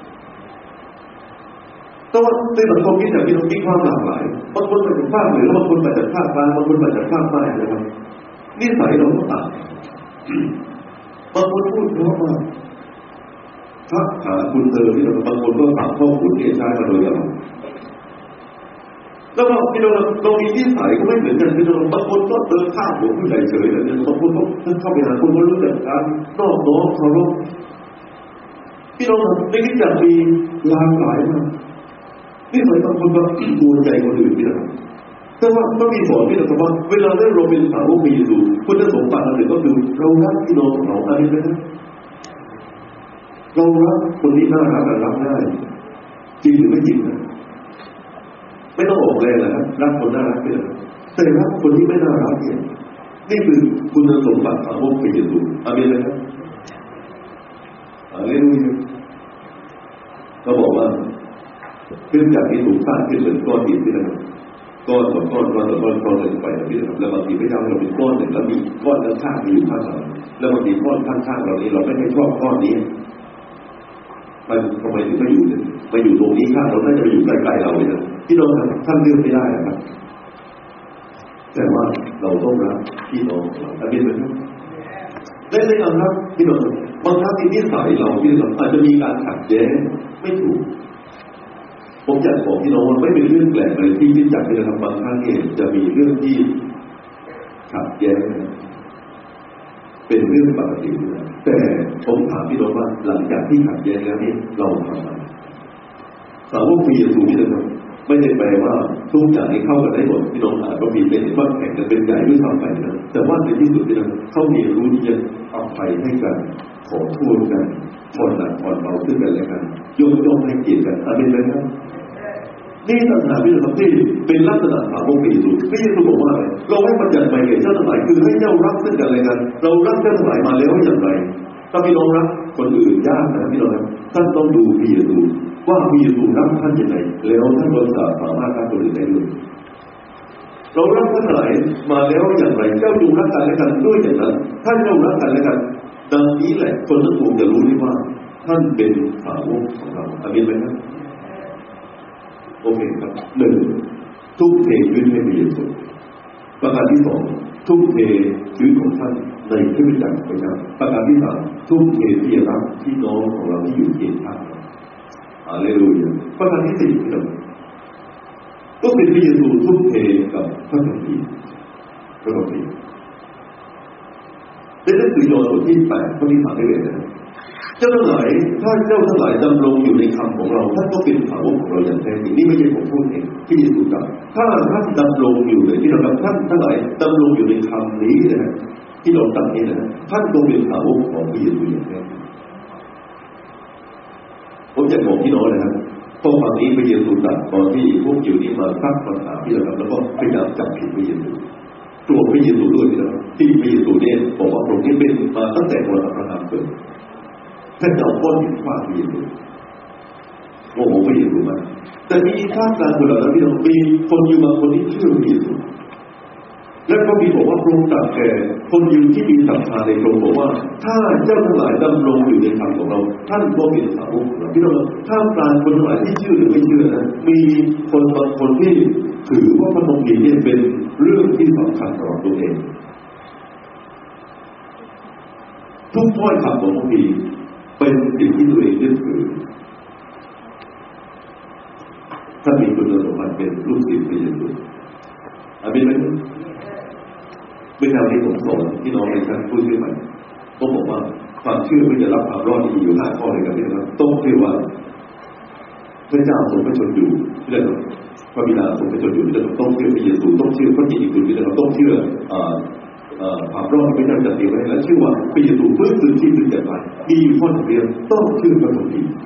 แต่ว่าในสังคมนี้เนี่ยมีความหลากหลายบางคนมาจากภาคเหนือบางคนมาจากภาคกลางบางคนมาจากภาคใต้นะครับนิสัยเราก็ต่างบางคนพูดเพราะว่าพระขาคุณเธอที่เราบางคนก็ฝากข้อมูลที่ใช้มาโดยตลอดแล้วก็ที่เราเรามีนิสัยก็ไม่เหมือนกันที่เราบางคนก็เดินข้ามหัวผู้ใหญ่เฉยเลยบางคนก็เข้าไปหาคนก็รู้จักการนอบน้อมเคารพพี่น้องในที่จะมีหลากหลายมากนี่หมายบางคนก็กลัวใจคนอื่นพี่น้องแต่ว่าก็มีสอนพี่น้องว่าเวลาเราเป็นสาวกมีอยู่คุณสมบัติอันหนึ่งก็คือเรารักพี่น้องของเราอะไรนะเรารักคนที่น่ารักรักได้จริงหรือไม่จริงนะไม่ต้องออกแรงนะครับรักคนน่ารักไปเลยแต่รักคนที่ไม่น่ารักเนี่ยนี่คือคุณสมบัติสาวกมีอยู่อะไรนะครับอะไรรู้ไหมเขาบอกว่าเครื่องจักรที่ถูกสร้างขึ้นเป็นก้อนหินนี่นะครับก้อนต่อก้อนก้อนต่อก้อนก้อนเลยไปนะพี่นะครับแล้วบางทีไม่ทำให้เราเป็นก้อนหนึ่งแล้วมีก้อนข้างๆมีอยู่ข้างหลังแล้วบางทีก้อนข้างๆเรานี้เราไม่ได้ชอบก้อนนี้มันทำไมถึงไม่อยู่เนี่ยมาอยู่ตรงนี้ข้างเราน่าจะไปอยู่ใกล้ๆเราเลยนะพี่น้องท่านเลือกไม่ได้นะครับแต่ว่าเราต้องรักพี่น้องเราอันนี้เป็นได้เลยครับพี่น้องบางครั้งที่นิสัยเราพี่น้องอาจจะมีการขัดแย้งไม่ถูกผมอยากบอกพี่น้องว่าไม่เป็นเรื่องแปลกเลยที่ที่จัดนะครับบางครั้งเนี่ยจะมีเรื่องที่ขัดแย้งเป็นเรื่องปกติแต่ผมถามพี่น้องว่าหลังจากที่ขัดแย้งแล้วนี่เราทำอะไรสาวกพระเยซูนี่นะครับไม่ได้แปลว่าทุกอย่างนี้เข้ากันได้หมดพี่น้องอาจจะมีเป็นว่าแข่งกันเป็นใหญ่ด้วยซ้ำไปนะแต่ว่าในที่สุดพี่น้องเขามีรู้ที่จะอภัยให้กันขอโทษกันผ่อนหนักผ่อนเบาขึ้นกันแล้วกันยกย่องให้เกียรติกันอะไรไหมครับนี่ต่างหากที่เราที่เป็นลักษณะสาวกพระเยซูพระเยซูบอกว่าเราให้บัญญัติใหม่แก่เจ้าทั้งหลายคือให้เจ้ารักซึ่งกันและกันเรารักเจ้าทั้งหลายมาแล้วอย่างไรถ้าพี่น้องรักคนอื่นยากนะพี่น้องนะท่านต้องดูพระเยซูว่าพระเยซูรักท่านยังไงแล้วท่านก็สามารถรักคนอื่นได้ด้วยเรารักท่านทั้งหลายมาแล้วอย่างไรเจ้าจงรักกันและกันด้วยอย่างนั้นท่านเจ้ารักกันและกันดังนี้แหละคนทั้งปวงจะรู้ได้ว่าท่านเป็นสาวกของเราอามินไหมครับโอเคครับหนึ่งทุ่มเทชีวิตให้พระเยซูประการที่สองทุ่มเทชีวิตของท่านในคริสตจักรไปครับประการที่สามทุ่มเทที่จะรักพี่น้องของเราที่อยู่เคียงข้างเราฮาเลลูยาประการที่สี่ครับก็เป็นพระเยซูทุ่มเทกับพระคัมภีร์พระคัมภีร์ในหนังสือยอห์นบทที่แปดข้อที่สามได้เลยนะเจ้าทั้งหลายถ้าเจ้าทั้งหลายดำรงอยู่ในคำของเราท่านก็เป็นสาวกของเราอย่างแท้จริงนี่ไม่ใช่ผมพูดเองที่เยซูกล่าวถ้าท่านดำรงอยู่ในที่เราท่านทั้งหลายดำรงอยู่ในคำนี้นะที่เราตั้งนี้นะท่านก็เป็นสาวกของพระเยซูอย่างแท้จริงผมจะบอกพี่น้องนะครับพอฝั่งนี้พระเยซูตรัสตอนที่พวกยิวนี้มาตั้งคำถามที่เราแล้วก็พยายามจับผิดพระเยซูตัวพระเยซูด้วยนะครับที่พระเยซูเนี่ยบอกว่าพระองค์นี้เป็นมาตั้งแต่ก่อนอับราฮัมเกิดท่านจะเอาก้อนหินฟาดพระเยซูโอ้โหพระเยซูมากแต่มีท่ามกลางคนเหล่านั้นที่เรามีคนอยู่บางคนที่เชื่อพระเยซูและก็มีบอกว่าพระองค์ตรัสแก่คนยิวที่มีศรัทธาในพระองค์บอกว่าถ้าเจ้าทั้งหลายดำรงอยู่ในคำของเราท่านก็เป็นสาวกของเราที่เราท่ามกลางคนทั้งหลายที่เชื่อหรือไม่เชื่อนะมีคนบางคนที่ถือว่าพระคัมภีร์เนี่ยเป็นเรื่องที่สำคัญสำหรับตัวเองทุกถ้อยคำของพระคัมภีร์เป็นสิ่งที่ตัวเองยึดถือถ้ามีคุณสมบัติเป็นลูกศิษย์พระเยซูอาเมนไหมเมื่อคราวนี้ผมสอนพี่น้องในชั้นผู้เชื่อใหม่ผมบอกว่าความเชื่อเพื่อจะรับความรอดมีอยู่ห้าข้อเลยครับพี่น้องต้องเชื่อว่าพระเจ้าทรงพระชนอยู่เรื่องพระบิดาทรงพระชนอยู่เรื่องต้องเชื่อพระเยซูต้องเชื่อพระกิตติคุณพี่น้องต้องเชื่อความรอดที่พระเจ้าจะเตรียมไว้และเชื่อว่าพระเยซูฟื้นคืนชีพขึ้นจากตายมีอยู่ข้อหนึ่งเดียวต้องเชื่อพระคัมภีร์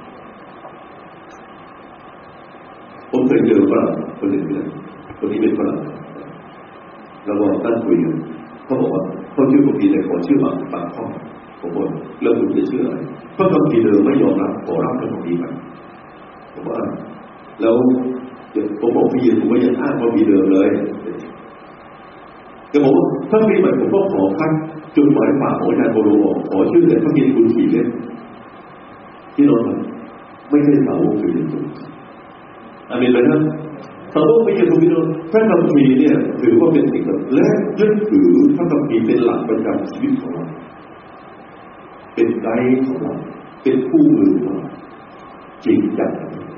ผมเคยเจอฝรั่งคนหนึ่งเลยคนนี้เป็นฝรั่งแล้วก็ตั้งคุยกันเขาบอกว่าเขาเชื่อพระคัมภีร์แต่ขอเชื่อบางบางข้อผมบอกแล้วคุณจะเชื่ออะไรพระคัมภีร์เดิมไม่ยอมรับขอรับพระคัมภีร์ใหม่ผมว่าแล้วผมบอกพระเยซูว่ายังอ้างพระคัมภีร์เดิมเลยก็บอกว่าถ้าปีใหม่ผมก็ขอคัดจดหมายฝากของอาจารย์โปโลออกขอชื่อแต่พระกิตติคุณสี่เล่มที่เราไม่ใช่สาวกพระเยซูอาเมนไหมครับสาวกพระเยซูพี่น้องพระคัมภีร์เนี่ยถือว่าเป็นสิ่งแบบและยึดถือพระคัมภีร์เป็นหลักประจำชีวิตของเราเป็นไกด์ของเราเป็นผู้มือของเราจริงจัง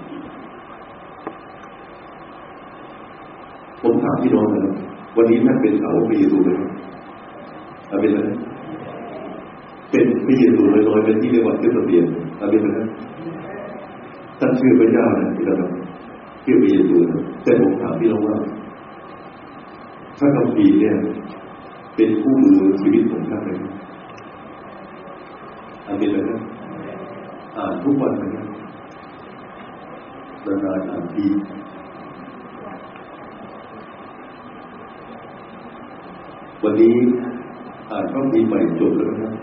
ผมถามพี่น้องนะครับวันนี้ท่านเป็นสาวกพระเยซูไหมอาเมนไหมเป็นพระเยซูน้อยๆเป็นที่เรียกว่าคริสเตียนอาเมนไหมท่านชื่อพระเจ้านะที่เราชื่อพระเยซูนะแต่ผมถามพี่น้องว่าพระคัมภีร์เนี่ยเป็นผู้มือชีวิตของท่านไหมอาเมนไหมอ่านทุกวันไหมนานๆอ่านทีวันนี้อ่านพระคัมภีร์ใหม่จบแล้วนะครับ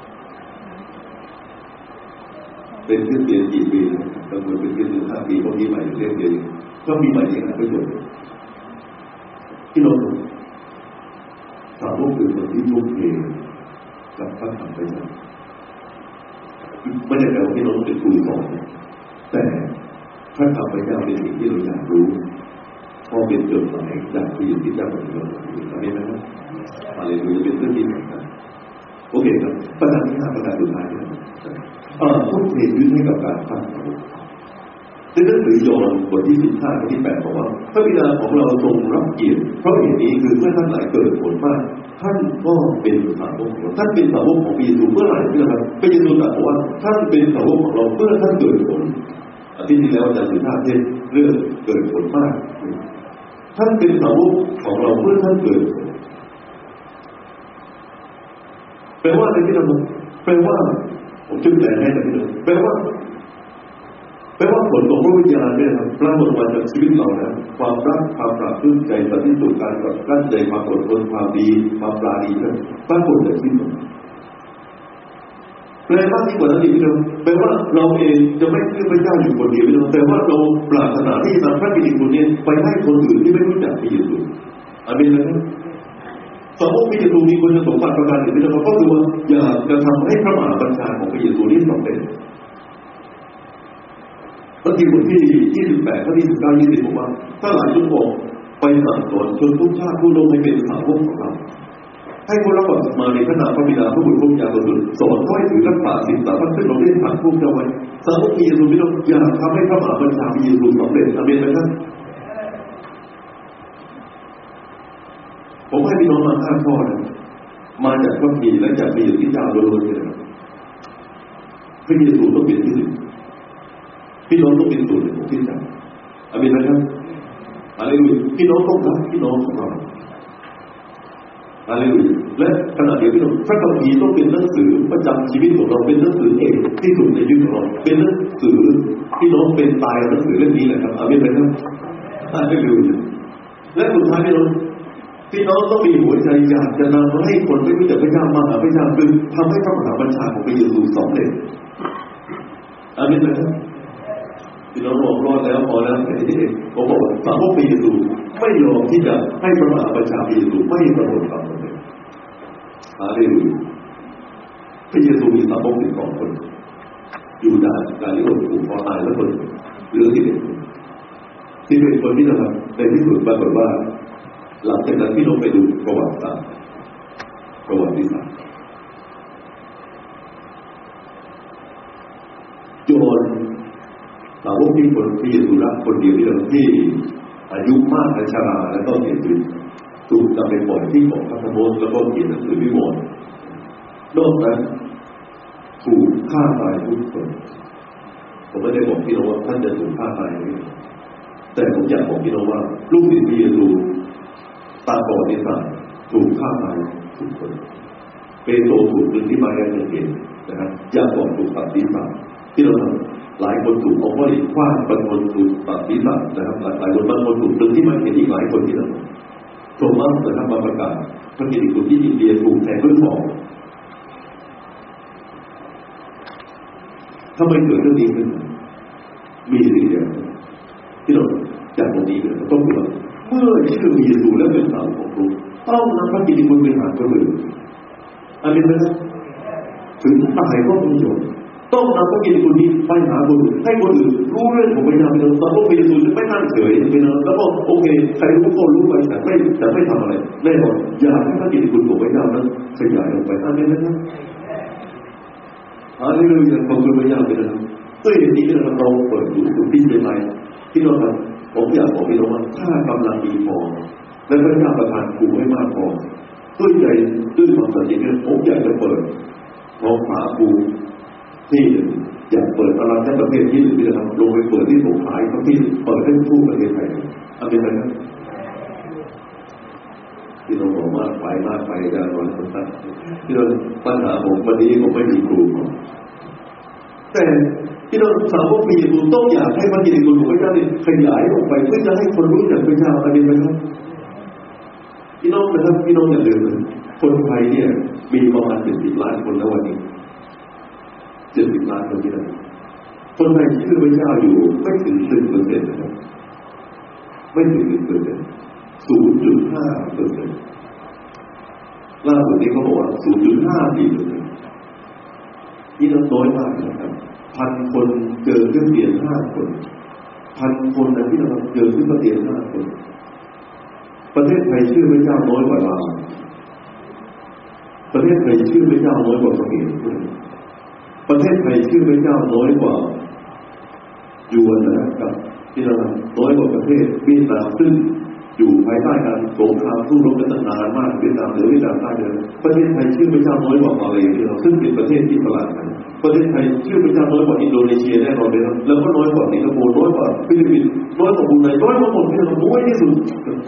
เป็นคริสเตียนกี่ปีบางคนเป็นคริสเตียนห้าปีพระคัมภีร์ใหม่เล่มเดียวพระคัมภีร์ใหม่ยังอ่านไม่จบที่เราสาวกคือคนที่ทุ่มเทกับพระธรรมไปนะไม่ได้แปลว่าที่เราต้องเป็นครูสอนแต่พระธรรมไปเจ้าเป็นสิ่งที่เราอยากรู้พอเป็นจดหมายจากที่อยู่ที่เจ้าของเราอะไรนะครับอะไรดูจะเป็นเรื่องที่สำคัญโอเคครับประการที่ห้าประการสุดท้ายเนี่ยเอ่อทุ่มเทชีวิตให้กับการฟังธรรมในหนังสือยอห์นบทที่สิบห้าข้อที่แปดบอกว่าพระบิดาของเราทรงรับเกียรติเพราะเหตุนี้คือเมื่อท่านหลายเกิดผลมากท่านก็เป็นสาวกของเราท่านเป็นสาวกของพระเยซูเมื่อไหร่ที่เราพระเยซูตรัสบอกว่าท่านเป็นสาวกของเราเมื่อท่านเกิดผลอาทิตย์ที่แล้วอาจารย์สุภาพเทศเรื่องเกิดผลมากท่านเป็นสาวกของเราเมื่อท่านเกิดผลแปลว่าอะไรที่เราแปลว่าผมจึงแปลให้แต่ที่เราแปลว่าแปลว่าผลของพระวิญญาณเนี่ยครับปรากฏมาจากชีวิตเรานะความรักความปราบปลื้มใจสันติสุขการกับกั้นใจความอดทนความดีความปราณีนั้นปรากฏจากชีวิตเราแปลมากยิ่งกว่านั้นอีกพี่น้องแปลว่าเราเองจะไม่เชื่อพระเจ้าอยู่คนเดียวพี่น้องแต่ว่าเราปรารถนาที่จะนำพระกิตติคุณนี้ไปให้คนอื่นที่ไม่รู้จักพระเยซูอาเมนไหมครับสาวกพระเยซูมีคุณสมบัติประการหนึ่งพี่น้องก็คือว่าอยากจะทำให้พระมหาบัญชาของพระเยซูนี้สำเร็จบางทีบทที่ยี่สิบแปดข้อที่สิบเก้ายี่สิบบอกว่าถ้าหลายจงออกไปสั่งสอนชนทุกชาติผู้ลงให้เป็นสาวกของเราให้พวกเราบัพติศมาในพระนามพระบิดาพระบุตรพระวิญญาณบริสุทธิ์สอนให้ถือรักษาสิ่งสามารถซึ่งเราได้สั่งพวกเจ้าไว้สาวกพระเยซูพี่น้องอยากทำให้พระมหาบัญชาพระเยซูสำเร็จอาเมนไหมครับผมให้พี่น้องมาห้าข้อนะมาจากพระคัมภีร์และจากพระเยซูเจ้าโดยรวมเลยพระเยซูต้องเป็นที่หนึ่งพี่น้องต้องเป็นส่วนหนึ่งของที่จักรอาเมนไหมครับอะไรอยู่พี่น้องต้องรักพี่น้องของเราอะไรอยู่และขณะเดียวกันพี่น้องพระคัมภีร์ต้องเป็นหนังสือประจำชีวิตของเราเป็นหนังสือเอกที่สุดในชีวิตของเราเป็นหนังสือพี่น้องเป็นตายหนังสือเล่มนี้แหละครับอาเมนไหมครับอะไรอยู่และสุดท้ายพี่น้องพี่น้องต้องมีหัวใจอยากจะนำให้คนไม่รู้จักพระเจ้ามาหาพระเจ้าคือทำให้พระมหาบัญชาของพระเยซูสำเร็จอาเมนไหมครับพี่น้องบอกรอดแล้วพอแล้วผมบอกว่าสาวกพระเยซูไม่ยอมที่จะให้พระมหาบัญชาพระเยซูไม่ประสบความสำเร็จฮาเลลูยาพระเยซูมีสาวกสิบสองคนอยู่ด่านการลิโอถูกคอตายแล้วคนเหลือสิบเอ็ดคนที่เป็นคนที่นะครับในที่สุดปรากฏว่าหลังจากนั้นพี่น้องไปดูประวัติศาสตร์ประวัติศาสตร์โยนสาวกที่คนที่เยซูรักคนเดียวที่เราที่อายุมากและชราและก็เสียชีวิตถูกนำไปปล่อยที่เกาะพัทโมสแล้วก็เขียนหนังสือวิมลนอกนั้นถูกฆ่าตายทุกคนผมไม่ได้บอกพี่น้องว่าท่านจะถูกฆ่าตายแต่ผมอยากบอกพี่น้องว่าลูกศิษย์พระเยซูตามประวัติศาสตร์ถูกฆ่าตายทุกคนเปโตรถูกดึงที่ไม้กางเขนนะครับยาโคบถูกตัดศีรษะที่เราทำหลายคนถูกเอาไว้คว้างบางคนถูกตัดศีรษะนะครับหลายคนบางคนถูกดึงที่ไม้กางเขนอีกหลายคนที่เราโทมัสนะครับมาประกาศพระกิตติคุณที่อินเดียถูกแทงด้วยหอกทำไมเกิดเรื่องนี้ขึ้นมีสิ่งเดียวที่เราจากตรงนี้เลยต้องดูว่าเมื่อชื่อพระเยซูแล้วเป็นสาวของพระองค์ต้องนำพระกิตติคุณไปหาคนอื่นอาเมนไหมครับถึงตายก็มีประโยชน์ต้องนำพระกิตติคุณนี้ไปหาคนอื่นให้คนอื่นรู้เรื่องของพระเจ้าเป็นสาวกพระเยซูไม่นั่งเฉยเป็นแล้วก็โอเคใครรู้ก็รู้ไปแต่ไม่แต่ไม่ทำอะไรแน่นอนอย่าให้พระกิตติคุณของพระเจ้านั้นขยายออกไปอาเมนไหมครับอาเลลูยาขอบคุณพระเจ้าเป็นนะครับด้วยเหตุนี้เราเราเปิดดูสุดที่เป็นไรที่เราทำผมอยากบอกพี่น้องว่าถ้ากำลังดีพอและพระเจ้าประทานครูให้มากพอด้วยใจด้วยความสัตย์จริงผมอยากจะเปิดท้องฟ้าครูที่หนึ่งอยากเปิดอาณาจักรประเทศที่หนึ่งที่นะครับลงไปเปิดที่สงขลาทั้งที่เปิดให้ทั่วประเทศไทยเอาเป็นไรครับที่เราบอกว่าไปมากไปกันร้อยคนตั้งที่เราปัญหาผมวันนี้ผมไม่มีครูแต่ที่เราสาวกมีอยู่ต้องอยากให้พระกิตติคุณของพระเจ้าขยายออกไปเพื่อจะให้คนรู้จักพระเจ้าอะไรไหมครับพี่น้องนะครับพี่น้องอย่าลืมคนไทยเนี่ยมีประมาณเจ็ดสิบล้านคนแล้ววันนี้เจ็ดสิบล้านคนที่นั่นคนไทยเชื่อพระเจ้าอยู่ไม่ถึงหนึ่งเปอร์เซ็นต์นะครับไม่ถึงหนึ่งเปอร์เซ็นต์ศูนย์จุดห้าเปอร์เซ็นต์ล่าสุดนี้เขาบอกว่าศูนย์จุดห้าสี่เปอร์เซ็นต์นี่น้อยมากนะครับพันคนเจอขึ้นเตียนห้าคนพันคนนะที่เราเจอขึ้นเตียนห้าคนประเทศไทยชื่อพระเจ้าน้อยกว่าลาวประเทศไทยชื่อพระเจ้าน้อยกว่าเขมรประเทศไทยชื่อพระเจ้าน้อยกว่ายวนนะครับที่เราน้อยกว่าประเทศเวียดนามซึ่งอยู่ภายใต้การสงครามสู้รบกันนานมากเวียดนามหรือเวียดนามใต้เลยประเทศไทยชื่อพระเจ้าน้อยกว่ามาเลเซียซึ่งเป็นประเทศที่ตลาดกันประเทศไทยชื่อพระเจ้าน้อยกว่าอินโดนีเซียแน่นอนเลยครับแล้วก็น้อยกว่าสิงคโปร์น้อยกว่าฟิลิปปินส์น้อยกว่าบรูไนน้อยกว่าหมดที่เราน้อยที่สุด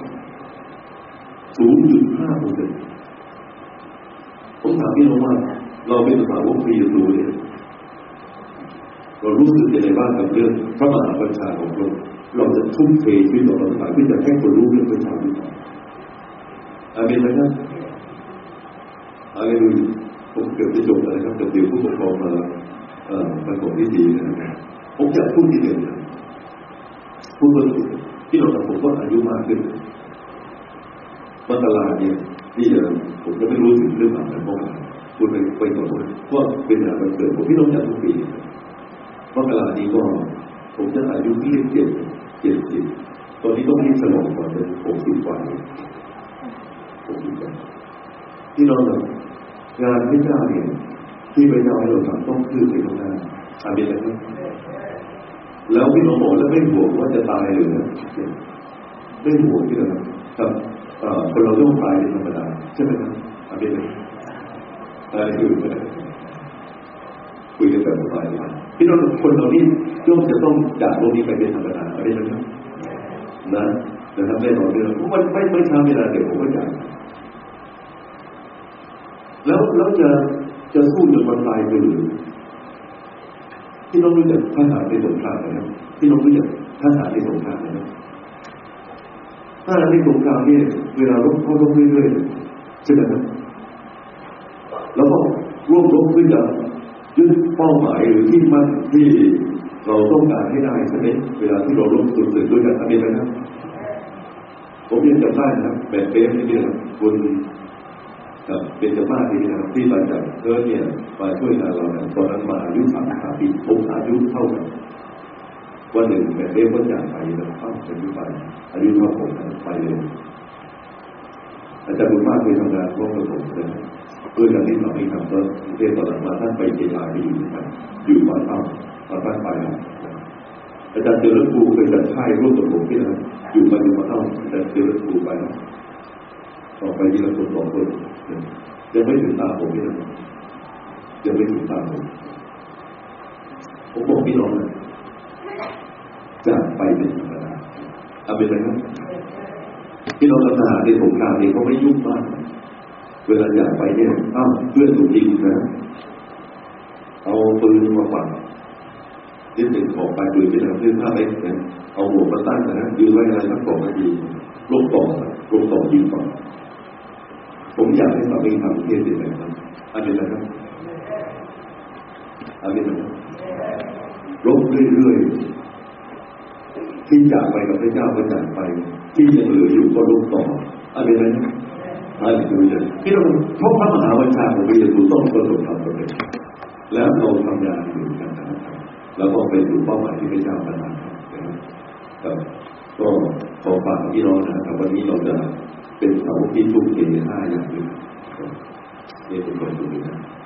ศูนย์จุดห้าเปอร์เซ็นต์ ผมถามพี่น้องว่าเราเป็นสาวกพระเยซูเนี่ยเรารู้สึกยังไงบ้างกับเรื่องพระมหาบัญชาของเราเราจะทุ่มเทชีวิตของเราเพื่อจะให้คนรู้เรื่องพระเจ้าดีกว่าอาเมนไหมครับอาเลลูยาผมเกือบจะจบแล้วนะครับแต่เดี๋ยวผู้ปกครองมาเอ่อประกอบพิธีนะครับผมอยากพูดทีเดียวนะพูดเรื่องที่เราผมก็อายุมากขึ้นมกราเนี่ยที่ผมจะไม่รู้ถึงเรื่องอะไรเพราะว่าพูดไปไปก่อนว่าเป็นงานวันเกิดผมพี่น้องจัดทุกปีมกรานี้ก็ผมจะอายุที่เจ็ดเจ็ดสิบตอนนี้ต้องรีบฉลองก่อนเลยผมสิบกว่าผมสิบกว่าที่น้องแบบงานพระเจ้าเนี่ยที่พระเจ้าให้เราทำต้องคืบไปข้างหน้าอาเมนนะครับแล้วพี่น้องบอกแล้วไม่ห่วงว่าจะตายหรือไม่ห่วงที่เราครับคนเราต้องตายเป็นธรรมดาใช่ไหมครับอาเมนไหมอะไรคือคุยกันแบบสบายๆพี่น้องคนเรานี่ย่อมจะต้องจากโลกนี้ไปเป็นธรรมดาอะไรนะครับนะนะครับแน่นอนเรื่องผมว่าไม่ไม่ช้าเวลาเดี๋ยวผมก็จากแล้วแล้วจะจะสู้จนวันตายไปหรือพี่น้องรู้จักทหารในสงครามไหมครับพี่น้องรู้จักทหารในสงครามไหมครับทหารในสงครามเนี่ยเวลารบเขารบเรื่อยๆใช่ไหมครับแล้วก็ร่วมรบเพื่อจะยึดเป้าหมายหรือที่มั่นที่เราต้องการให้ได้ใช่ไหมเวลาที่เรารบสุดๆด้วยกันอะไรนะครับผมยังจำได้นะครับแบบเป๊ะนี่นะครับคุณกับเป็นเจ้าบ้านที่นะครับที่มาจากเธอเนี่ยมาช่วยงานเราเนี่ยตอนนั้นมาอายุสามสิบห้าปีผมอายุเท่ากันวันหนึ่งแบบเป๊ะก็จากไปแล้วเข้าอายุไปอายุเท่าผมไปเลยอาจารย์บุญมากเคยทำงานร่วมกับผมเลยด้วยกันที่เราไม่ทำก็เทศตอนหลังมาท่านไปเจรจาไปอยู่ด้วยกันอยู่บ้านเต้ามาบ้านไปแล้วอาจารย์เจริญภูเคยจัดค่ายร่วมกับผมที่นั่นอยู่มาอยู่มาเต้าอาจารย์เจริญภูไปแล้วต่อไปที่เราคนสองคนยังไม่ถึงตาผมที่นั่นยังไม่ถึงตาผมผมบอกพี่น้องนะจากไปเป็นธรรมดาเอาเป็นไรครับพี่น้องทหารในสงครามเนี่ยเขาไม่ยุ่งมากเวลาอยากไปเนี่ยอ้าวเพื่อนถูกยิงนะเอาปืนมาปัดยึดเป็นของไปปืนเป็นอะไรที่ถ้าเล็กเนี่ยเอาหัวมาตั้งนะยืนไว้อะไรสักสองนาทีลงต่อลงต่อยิงต่อผมอยากให้สามีทำเทศเป็นแบบนั้นอันนี้นะครับอันนี้นะครับลบเรื่อยๆที่จากไปกับพระเจ้าก็จากไปที่ยังเหลืออยู่ก็ลงต่ออันนี้นะครับฮาเลลูยาพี่น้องเพราะพระมหาบัญชาของพระเยซูต้องประสบความสำเร็จแล้วเราทำงานอยู่กันนะครับแล้วก็ไปสู่เป้าหมายที่พระเจ้าประทานนะครับก็ขอฝากพี่น้องนะครับวันนี้เราจะเป็นสาวกที่ทุ่มเทห้าอย่างนี้นี่เป็นคนดูนะ